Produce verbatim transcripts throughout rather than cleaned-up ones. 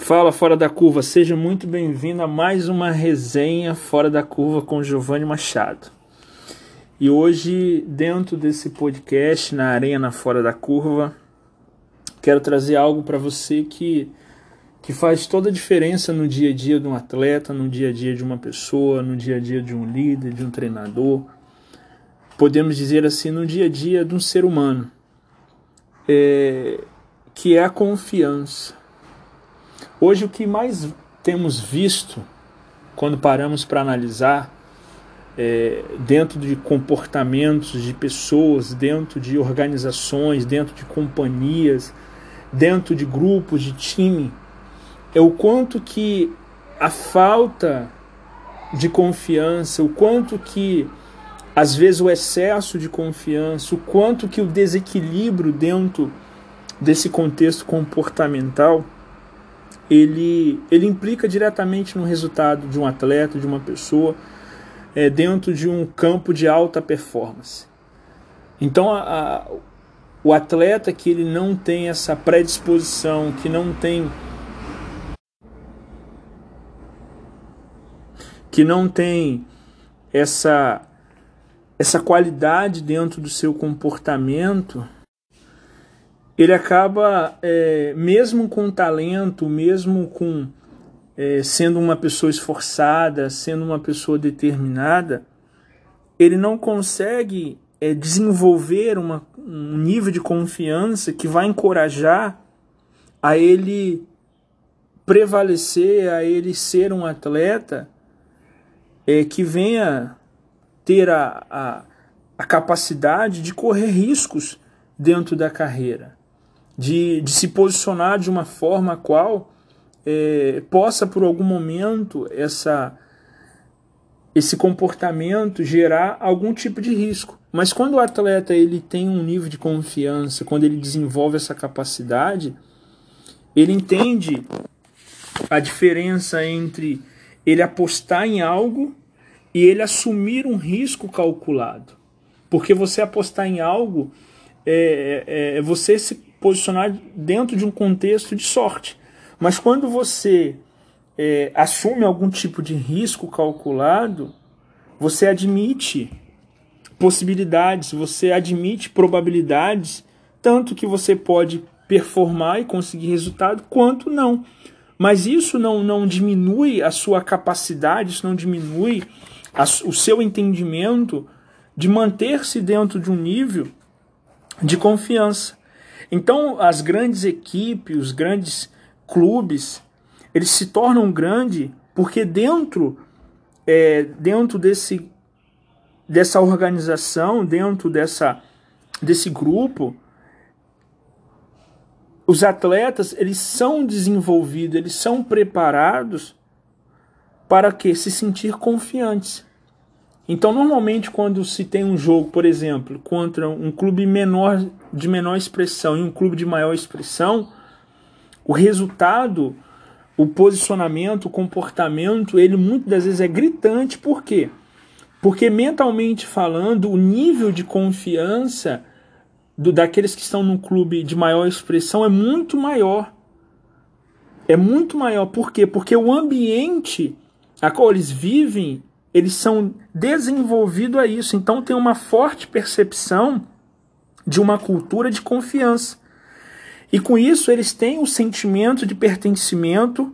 Fala Fora da Curva, seja muito bem-vindo a mais uma resenha Fora da Curva com Giovanni Machado. E hoje, dentro desse podcast, na Arena Fora da Curva, quero trazer algo para você que, que faz toda a diferença no dia a dia de um atleta, no dia a dia de uma pessoa, no dia a dia de um líder, de um treinador, podemos dizer assim, no dia a dia de um ser humano, é, que é a confiança. Hoje o que mais temos visto, quando paramos para analisar, é, dentro de comportamentos de pessoas, dentro de organizações, dentro de companhias, dentro de grupos, de time, é o quanto que a falta de confiança, o quanto que às vezes o excesso de confiança, o quanto que o desequilíbrio dentro desse contexto comportamental Ele, ele implica diretamente no resultado de um atleta, de uma pessoa, é, dentro de um campo de alta performance. Então, a, a, o atleta que ele não tem essa predisposição, que não tem, que não tem essa, essa qualidade dentro do seu comportamento, ele acaba, é, mesmo com talento, mesmo com é, sendo uma pessoa esforçada, sendo uma pessoa determinada, ele não consegue é, desenvolver uma, um nível de confiança que vai encorajar a ele prevalecer, a ele ser um atleta é, que venha ter a, a, a capacidade de correr riscos dentro da carreira. De, de se posicionar de uma forma a qual é, possa, por algum momento, essa, esse comportamento gerar algum tipo de risco. Mas quando o atleta ele tem um nível de confiança, quando ele desenvolve essa capacidade, ele entende a diferença entre ele apostar em algo e ele assumir um risco calculado. Porque você apostar em algo é, é, é você se posicionar dentro de um contexto de sorte. Mas quando você é, assume algum tipo de risco calculado, você admite possibilidades, você admite probabilidades, tanto que você pode performar e conseguir resultado, quanto não. Mas isso não, não diminui a sua capacidade, isso não diminui a, o seu entendimento de manter-se dentro de um nível de confiança. Então, as grandes equipes, os grandes clubes, eles se tornam grandes porque dentro, é, dentro desse, dessa organização, dentro dessa, desse grupo, os atletas eles são desenvolvidos, eles são preparados para que se sentir confiantes. Então, normalmente, quando se tem um jogo, por exemplo, contra um clube menor, de menor expressão e um clube de maior expressão, o resultado, o posicionamento, o comportamento, ele muitas das vezes é gritante. Por quê? Porque, mentalmente falando, o nível de confiança do, daqueles que estão no clube de maior expressão é muito maior. É muito maior. Por quê? Porque o ambiente a qual eles vivem, eles são desenvolvidos a isso. Então tem uma forte percepção de uma cultura de confiança. E com isso eles têm um sentimento de pertencimento.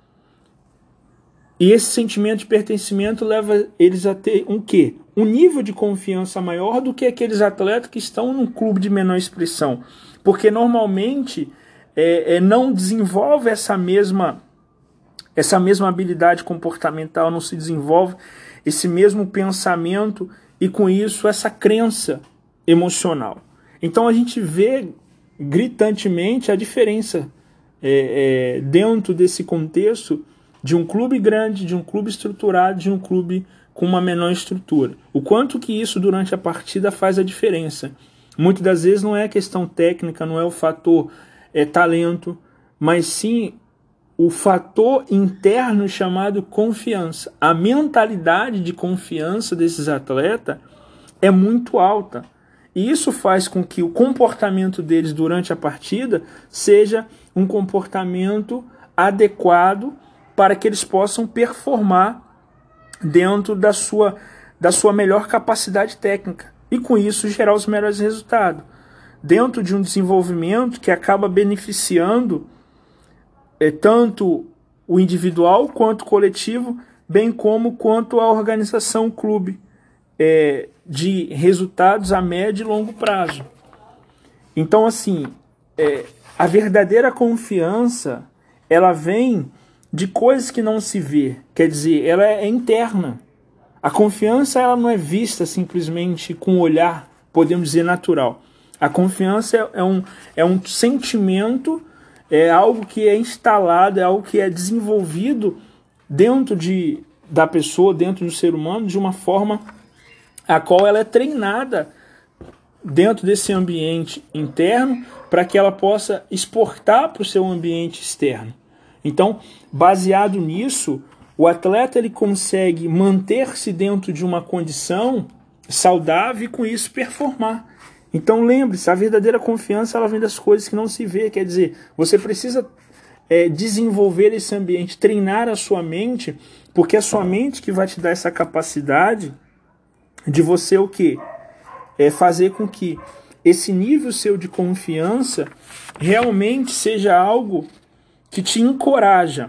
E esse sentimento de pertencimento leva eles a ter um quê? Um nível de confiança maior do que aqueles atletas que estão num clube de menor expressão. Porque normalmente é, é, não desenvolve essa mesma, essa mesma habilidade comportamental, não se desenvolve esse mesmo pensamento e, com isso, essa crença emocional. Então, a gente vê gritantemente a diferença é, é, dentro desse contexto de um clube grande, de um clube estruturado, de um clube com uma menor estrutura. O quanto que isso, durante a partida, faz a diferença. Muitas das vezes não é questão técnica, não é o fator é, talento, mas sim o fator interno chamado confiança. A mentalidade de confiança desses atletas é muito alta. E isso faz com que o comportamento deles durante a partida seja um comportamento adequado para que eles possam performar dentro da sua, da sua melhor capacidade técnica. E com isso gerar os melhores resultados. Dentro de um desenvolvimento que acaba beneficiando é, tanto o individual quanto o coletivo, bem como quanto a organização, o clube, é, de resultados a médio e longo prazo. Então, assim, é, a verdadeira confiança, ela vem de coisas que não se vê, quer dizer, ela é interna. A confiança, ela não é vista simplesmente com o olhar, podemos dizer, natural. A confiança é um, é um sentimento, é algo que é instalado, é algo que é desenvolvido dentro de, da pessoa, dentro do ser humano, de uma forma a qual ela é treinada dentro desse ambiente interno para que ela possa exportar para o seu ambiente externo. Então, baseado nisso, o atleta ele consegue manter-se dentro de uma condição saudável e com isso performar. Então lembre-se, a verdadeira confiança ela vem das coisas que não se vê, quer dizer, você precisa é, desenvolver esse ambiente, treinar a sua mente, porque é a sua mente que vai te dar essa capacidade de você o quê? É fazer com que esse nível seu de confiança realmente seja algo que te encoraja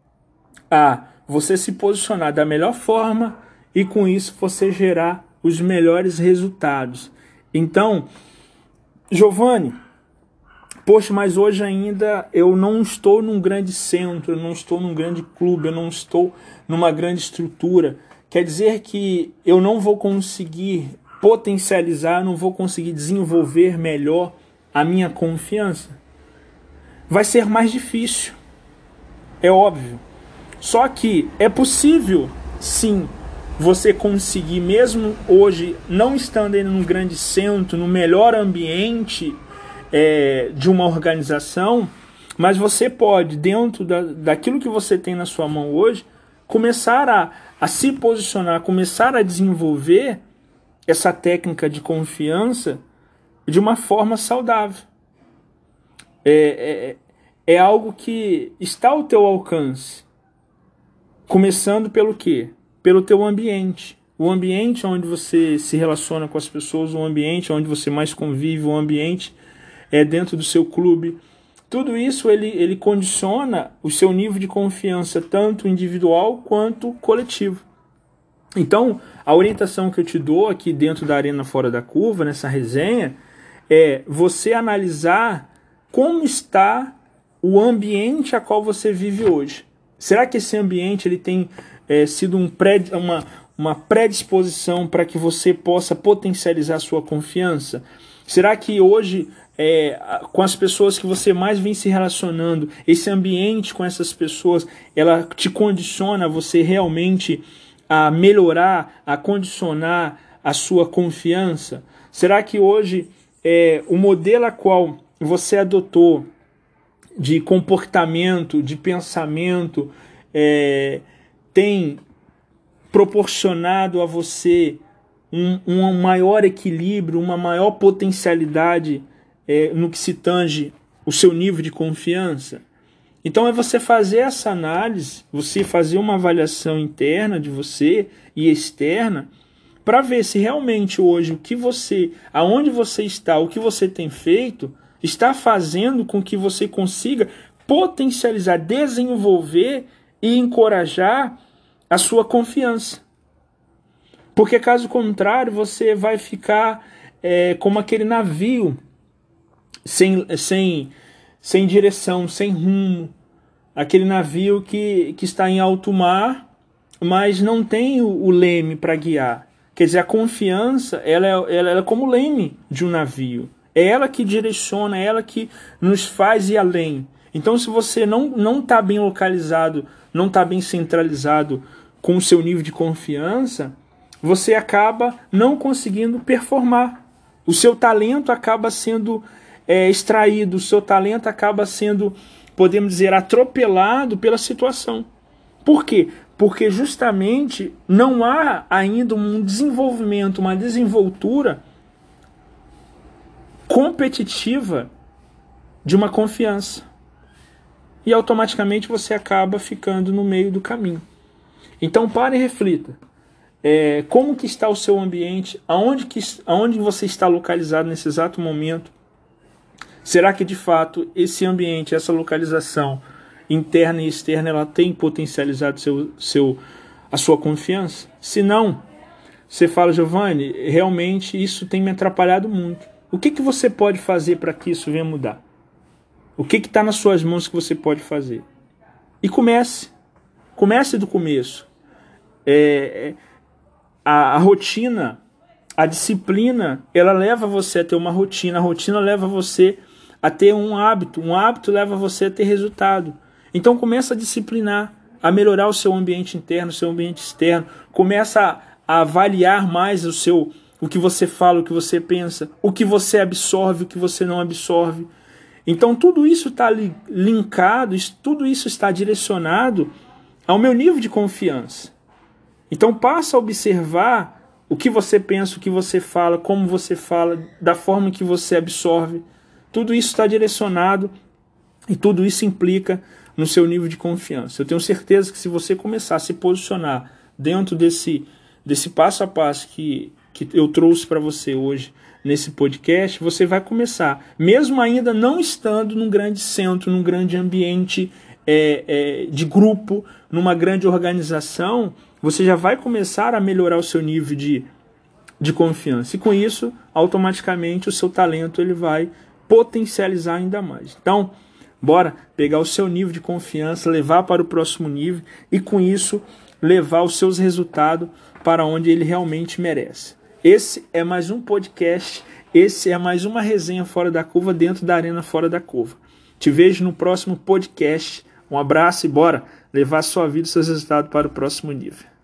a você se posicionar da melhor forma e com isso você gerar os melhores resultados. Então, Giovanni, poxa, mas hoje ainda eu não estou num grande centro, eu não estou num grande clube, eu não estou numa grande estrutura. Quer dizer que eu não vou conseguir potencializar, não vou conseguir desenvolver melhor a minha confiança? Vai ser mais difícil, é óbvio. Só que é possível, sim, você conseguir, mesmo hoje, não estando ainda num grande centro, no melhor ambiente é, de uma organização, mas você pode, dentro da, daquilo que você tem na sua mão hoje, começar a, a se posicionar, começar a desenvolver essa técnica de confiança de uma forma saudável. É, é, é algo que está ao teu alcance. Começando pelo quê? Pelo teu ambiente. O ambiente onde você se relaciona com as pessoas, o ambiente onde você mais convive, o ambiente é dentro do seu clube. Tudo isso ele, ele condiciona o seu nível de confiança, tanto individual quanto coletivo. Então, a orientação que eu te dou aqui dentro da Arena Fora da Curva, nessa resenha, é você analisar como está o ambiente a qual você vive hoje. Será que esse ambiente ele tem é, sido um pré, uma, uma predisposição para que você possa potencializar a sua confiança? Será que hoje, é, com as pessoas que você mais vem se relacionando, esse ambiente com essas pessoas, ela te condiciona a você realmente a melhorar, a condicionar a sua confiança? Será que hoje é, o modelo a qual você adotou de comportamento, de pensamento, é, tem proporcionado a você um, um maior equilíbrio, uma maior potencialidade é, no que se tange o seu nível de confiança? Então é você fazer essa análise, você fazer uma avaliação interna de você e externa, para ver se realmente hoje o que você, aonde você está, o que você tem feito, está fazendo com que você consiga potencializar, desenvolver e encorajar a sua confiança. Porque caso contrário, você vai ficar é, como aquele navio sem, sem, sem direção, sem rumo. Aquele navio que, que está em alto mar, mas não tem o, o leme para guiar. Quer dizer, a confiança ela é, ela, ela é como o leme de um navio. É ela que direciona, é ela que nos faz ir além. Então, se você não não está bem localizado, não está bem centralizado com o seu nível de confiança, você acaba não conseguindo performar. O seu talento acaba sendo é, extraído, o seu talento acaba sendo, podemos dizer, atropelado pela situação. Por quê? Porque justamente não há ainda um desenvolvimento, uma desenvoltura competitiva de uma confiança. E automaticamente você acaba ficando no meio do caminho. Então pare e reflita. É, como que está o seu ambiente? Aonde, que, aonde você está localizado nesse exato momento? Será que de fato esse ambiente, essa localização interna e externa, ela tem potencializado seu, seu, a sua confiança? Se não, você fala, Giovanni, realmente isso tem me atrapalhado muito. O que, que você pode fazer para que isso venha mudar? O que está nas suas mãos que você pode fazer? E comece. Comece do começo. É, a, a rotina, a disciplina, ela leva você a ter uma rotina. A rotina leva você a ter um hábito. Um hábito leva você a ter resultado. Então começa a disciplinar, a melhorar o seu ambiente interno, o seu ambiente externo. Começa a, a avaliar mais o, seu, o que você fala, o que você pensa, o que você absorve, o que você não absorve. Então tudo isso está linkado, tudo isso está direcionado ao meu nível de confiança. Então passa a observar o que você pensa, o que você fala, como você fala, da forma que você absorve. Tudo isso está direcionado e tudo isso implica no seu nível de confiança. Eu tenho certeza que se você começar a se posicionar dentro desse, desse passo a passo que, que eu trouxe para você hoje, nesse podcast, você vai começar, mesmo ainda não estando num grande centro, num grande ambiente é, é, de grupo, numa grande organização, você já vai começar a melhorar o seu nível de, de confiança. E com isso, automaticamente, o seu talento ele vai potencializar ainda mais. Então, bora pegar o seu nível de confiança, levar para o próximo nível e com isso, levar os seus resultados para onde ele realmente merece. Esse é mais um podcast, esse é mais uma resenha fora da curva, dentro da Arena Fora da Curva. Te vejo no próximo podcast. Um abraço e bora levar a sua vida e seus resultados para o próximo nível.